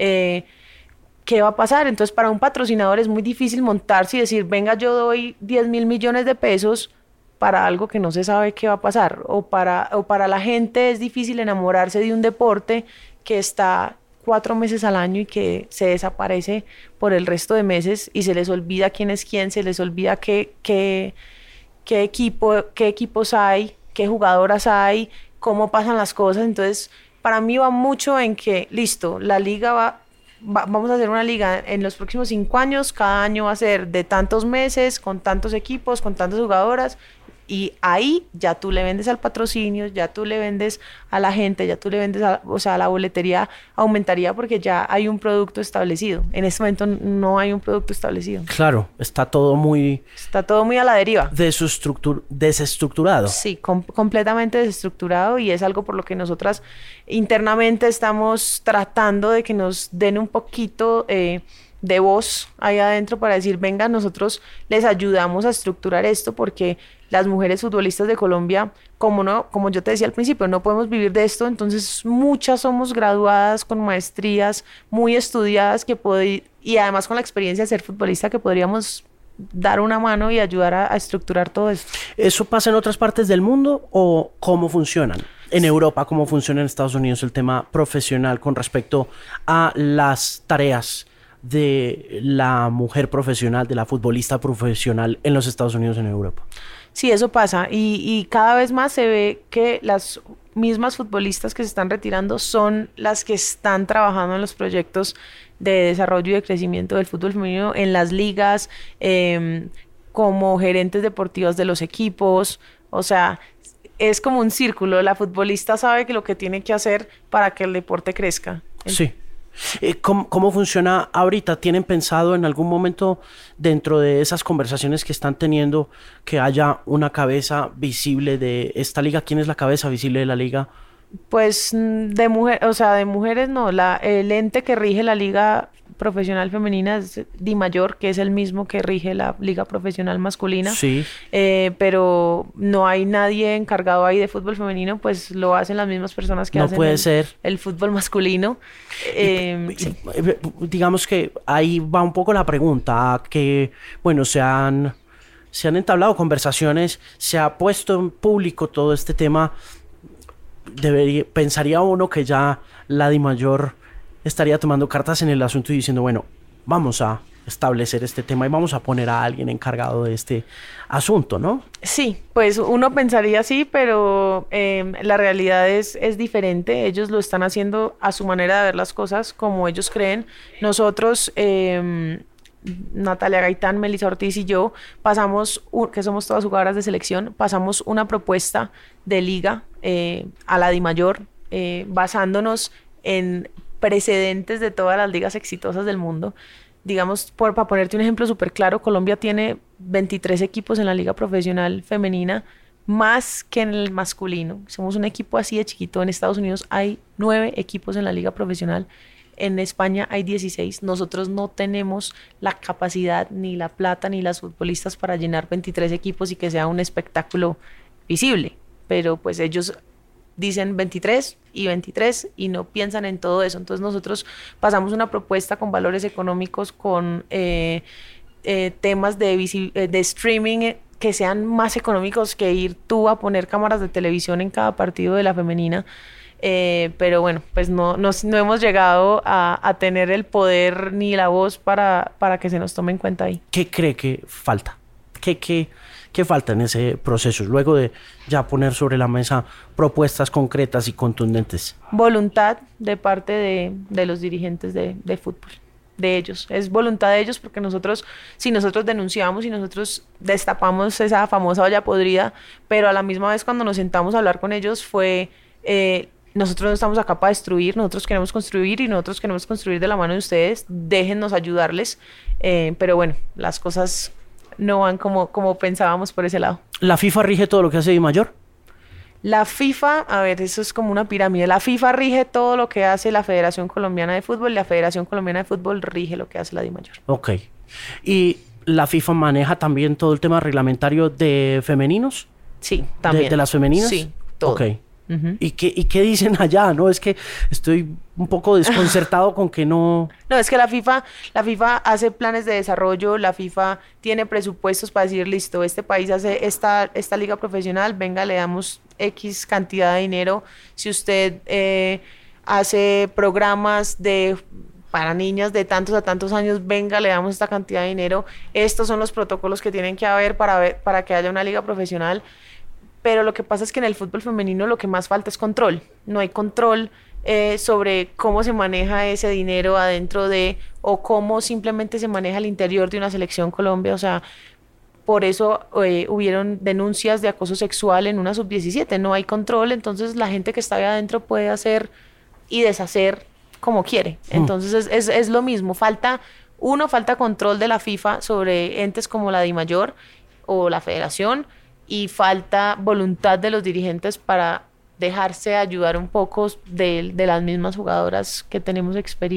qué va a pasar. Entonces, para un patrocinador es muy difícil montarse y decir, venga, yo doy 10.000 millones de pesos para algo que no se sabe qué va a pasar. O para la gente es difícil enamorarse de un deporte que está 4 meses al año y que se desaparece por el resto de meses y se les olvida quién es quién, se les olvida qué equipos hay, qué jugadoras hay, cómo pasan las cosas. Entonces, para mí va mucho en que, listo, la liga vamos a hacer una liga en los próximos 5 años, cada año va a ser de tantos meses, con tantos equipos, con tantas jugadoras, y ahí ya tú le vendes al patrocinio, ya tú le vendes a la gente, ya tú le vendes, o sea, la boletería aumentaría porque ya hay un producto establecido. En este momento no hay un producto establecido. Claro, está todo muy a la deriva. Desestructurado. Sí, completamente desestructurado, y es algo por lo que nosotras internamente estamos tratando de que nos den un poquito de voz ahí adentro para decir, venga, nosotros les ayudamos a estructurar esto, porque las mujeres futbolistas de Colombia, como yo te decía al principio, no podemos vivir de esto. Entonces muchas somos graduadas con maestrías, muy estudiadas, y además con la experiencia de ser futbolista, que podríamos dar una mano y ayudar a estructurar todo esto. ¿Eso pasa en otras partes del mundo o cómo funcionan? En Europa, ¿cómo funciona en Estados Unidos el tema profesional con respecto a las tareas de la mujer profesional, de la futbolista profesional en los Estados Unidos, en Europa? Sí, eso pasa, y cada vez más se ve que las mismas futbolistas que se están retirando son las que están trabajando en los proyectos de desarrollo y de crecimiento del fútbol femenino en las ligas, como gerentes deportivas de los equipos. O sea, es como un círculo. La futbolista sabe que lo que tiene que hacer para que el deporte crezca. Sí. ¿Cómo funciona ahorita? ¿Tienen pensado en algún momento dentro de esas conversaciones que están teniendo que haya una cabeza visible de esta liga? ¿Quién es la cabeza visible de la liga? Pues de mujeres no. El ente que rige la liga profesional femenina es DIMAYOR, que es el mismo que rige la liga profesional masculina. Sí. Pero no hay nadie encargado ahí de fútbol femenino, pues lo hacen las mismas personas que hacen el fútbol masculino. Sí. Digamos que ahí va un poco la pregunta, que bueno, se han entablado conversaciones, se ha puesto en público todo este tema. Pensaría uno que ya la DIMAYOR estaría tomando cartas en el asunto y diciendo, bueno, vamos a establecer este tema y vamos a poner a alguien encargado de este asunto, ¿no? Sí, pues uno pensaría así, pero la realidad es diferente. Ellos lo están haciendo a su manera de ver las cosas, como ellos creen. Nosotros, Natalia Gaitán, Melissa Ortiz y yo, que somos todas jugadoras de selección, pasamos una propuesta de liga a la DIMAYOR, basándonos en precedentes de todas las ligas exitosas del mundo. Digamos, para ponerte un ejemplo súper claro, Colombia tiene 23 equipos en la liga profesional femenina, más que en el masculino. Somos un equipo así de chiquito. En Estados Unidos hay 9 equipos en la liga profesional. En España hay 16. Nosotros no tenemos la capacidad, ni la plata, ni las futbolistas para llenar 23 equipos y que sea un espectáculo visible. Pero pues ellos dicen 23 y no piensan en todo eso. Entonces nosotros pasamos una propuesta con valores económicos, con temas de streaming que sean más económicos que ir tú a poner cámaras de televisión en cada partido de la femenina. Pero bueno, pues no hemos llegado a tener el poder ni la voz para que se nos tome en cuenta ahí. ¿Qué cree que falta? ¿Qué falta en ese proceso, luego de ya poner sobre la mesa propuestas concretas y contundentes? Voluntad de parte de los dirigentes de fútbol, de ellos. Es voluntad de ellos, porque si nosotros denunciamos y nosotros destapamos esa famosa olla podrida, pero a la misma vez cuando nos sentamos a hablar con ellos fue nosotros no estamos acá para destruir, nosotros queremos construir y nosotros queremos construir de la mano de ustedes, déjennos ayudarles, pero bueno, las cosas no van como pensábamos por ese lado. ¿La FIFA rige todo lo que hace DiMayor? La FIFA, a ver, eso es como una pirámide. La FIFA rige todo lo que hace la Federación Colombiana de Fútbol y la Federación Colombiana de Fútbol rige lo que hace la DIMAYOR. Ok. ¿Y la FIFA maneja también todo el tema reglamentario de femeninos? Sí, también. ¿De las femeninas? Sí, todo. Ok. ¿Y qué dicen allá? No, es que estoy un poco desconcertado con que no... No, es que la FIFA hace planes de desarrollo, la FIFA tiene presupuestos para decir, listo, este país hace esta liga profesional, venga, le damos X cantidad de dinero. Si usted hace programas para niñas de tantos a tantos años, venga, le damos esta cantidad de dinero. Estos son los protocolos que tienen que haber para que haya una liga profesional. Pero lo que pasa es que en el fútbol femenino lo que más falta es control. No hay control sobre cómo se maneja ese dinero adentro o cómo simplemente se maneja el interior de una selección Colombia. O sea, por eso hubieron denuncias de acoso sexual en una sub-17. No hay control, entonces la gente que está ahí adentro puede hacer y deshacer como quiere. Entonces es lo mismo. Falta control de la FIFA sobre entes como la DIMAYOR o la Federación, y falta voluntad de los dirigentes para dejarse ayudar un poco de las mismas jugadoras que tenemos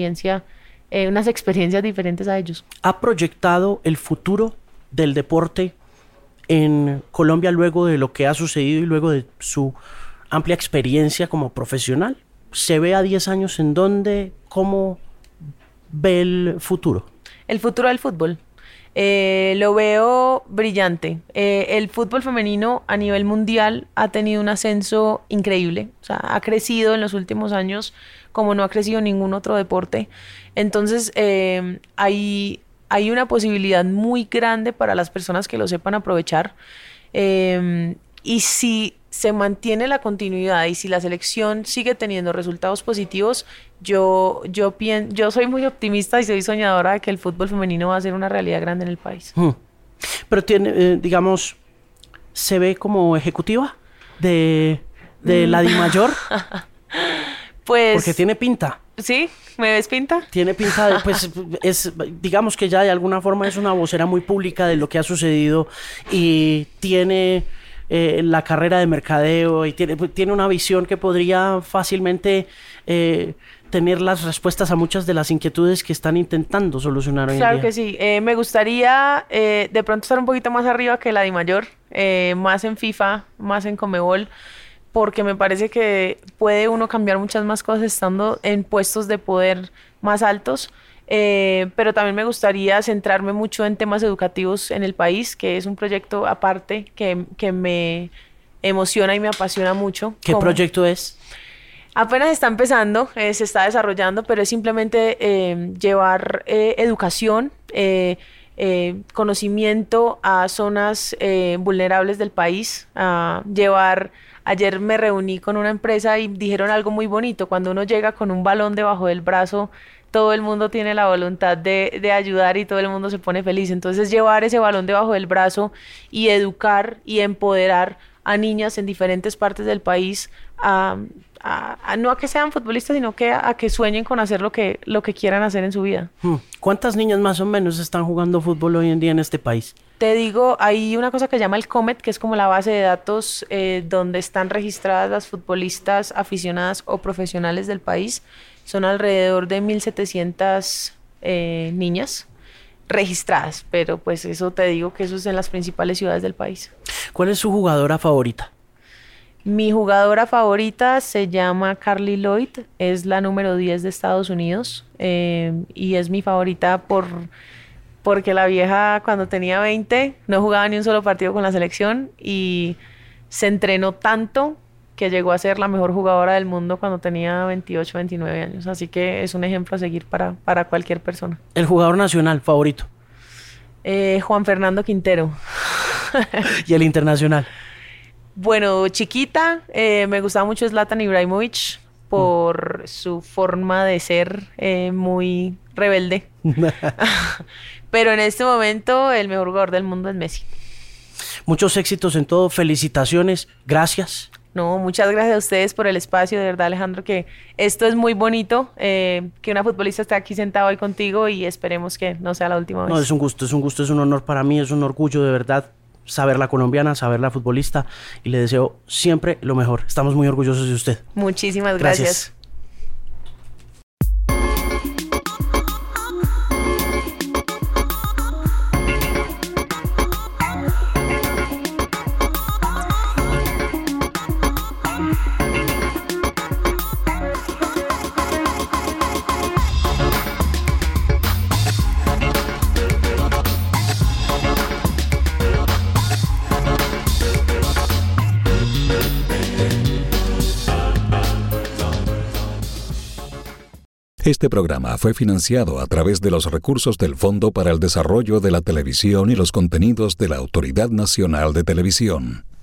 unas experiencias diferentes a ellos. ¿Ha proyectado el futuro del deporte en Colombia luego de lo que ha sucedido y luego de su amplia experiencia como profesional? ¿Se ve a 10 años en dónde? ¿Cómo ve el futuro? El futuro del fútbol. Lo veo brillante. El fútbol femenino a nivel mundial ha tenido un ascenso increíble. O sea, ha crecido en los últimos años como no ha crecido ningún otro deporte. Entonces, hay una posibilidad muy grande para las personas que lo sepan aprovechar. Y si se mantiene la continuidad y si la selección sigue teniendo resultados positivos, yo soy muy optimista y soy soñadora de que el fútbol femenino va a ser una realidad grande en el país. Pero tiene, digamos, ¿se ve como ejecutiva de la DIMAYOR? Pues... Porque tiene pinta. ¿Sí? ¿Me ves pinta? Tiene pinta de, pues, digamos que ya de alguna forma es una vocera muy pública de lo que ha sucedido y tiene... la carrera de mercadeo y tiene una visión que podría fácilmente tener las respuestas a muchas de las inquietudes que están intentando solucionar hoy en día. Claro que sí. Me gustaría de pronto estar un poquito más arriba que la DIMAYOR, más en FIFA, más en Conmebol, porque me parece que puede uno cambiar muchas más cosas estando en puestos de poder más altos. Pero también me gustaría centrarme mucho en temas educativos en el país, que es un proyecto aparte que me emociona y me apasiona mucho. ¿Qué proyecto es? Apenas está empezando, se está desarrollando, pero es simplemente llevar educación, conocimiento a zonas vulnerables del país, Ayer me reuní con una empresa y dijeron algo muy bonito: cuando uno llega con un balón debajo del brazo, todo el mundo tiene la voluntad de ayudar y todo el mundo se pone feliz. Entonces, llevar ese balón debajo del brazo y educar y empoderar a niñas en diferentes partes del país no a que sean futbolistas, sino que a que sueñen con hacer lo que quieran hacer en su vida. ¿Cuántas niñas más o menos están jugando fútbol hoy en día en este país? Te digo, hay una cosa que se llama el COMET, que es como la base de datos donde están registradas las futbolistas aficionadas o profesionales del país. Son alrededor de 1.700 niñas registradas, pero pues eso te digo que eso es en las principales ciudades del país. ¿Cuál es su jugadora favorita? Mi jugadora favorita se llama Carly Lloyd, es la número 10 de Estados Unidos y es mi favorita porque la vieja cuando tenía 20 no jugaba ni un solo partido con la selección y se entrenó tanto que llegó a ser la mejor jugadora del mundo cuando tenía 28, 29 años. Así que es un ejemplo a seguir para cualquier persona. ¿El jugador nacional favorito? Juan Fernando Quintero. ¿Y el internacional? Bueno, chiquita, me gustaba mucho Zlatan Ibrahimovic por su forma de ser muy rebelde. Pero en este momento el mejor jugador del mundo es Messi. Muchos éxitos en todo, felicitaciones, gracias. No, muchas gracias a ustedes por el espacio, de verdad, Alejandro, que esto es muy bonito, que una futbolista esté aquí sentada hoy contigo y esperemos que no sea la última vez. No, es un gusto, es un honor para mí, es un orgullo de verdad saber la colombiana, saber la futbolista y le deseo siempre lo mejor. Estamos muy orgullosos de usted. Muchísimas gracias. Este programa fue financiado a través de los recursos del Fondo para el Desarrollo de la Televisión y los Contenidos de la Autoridad Nacional de Televisión.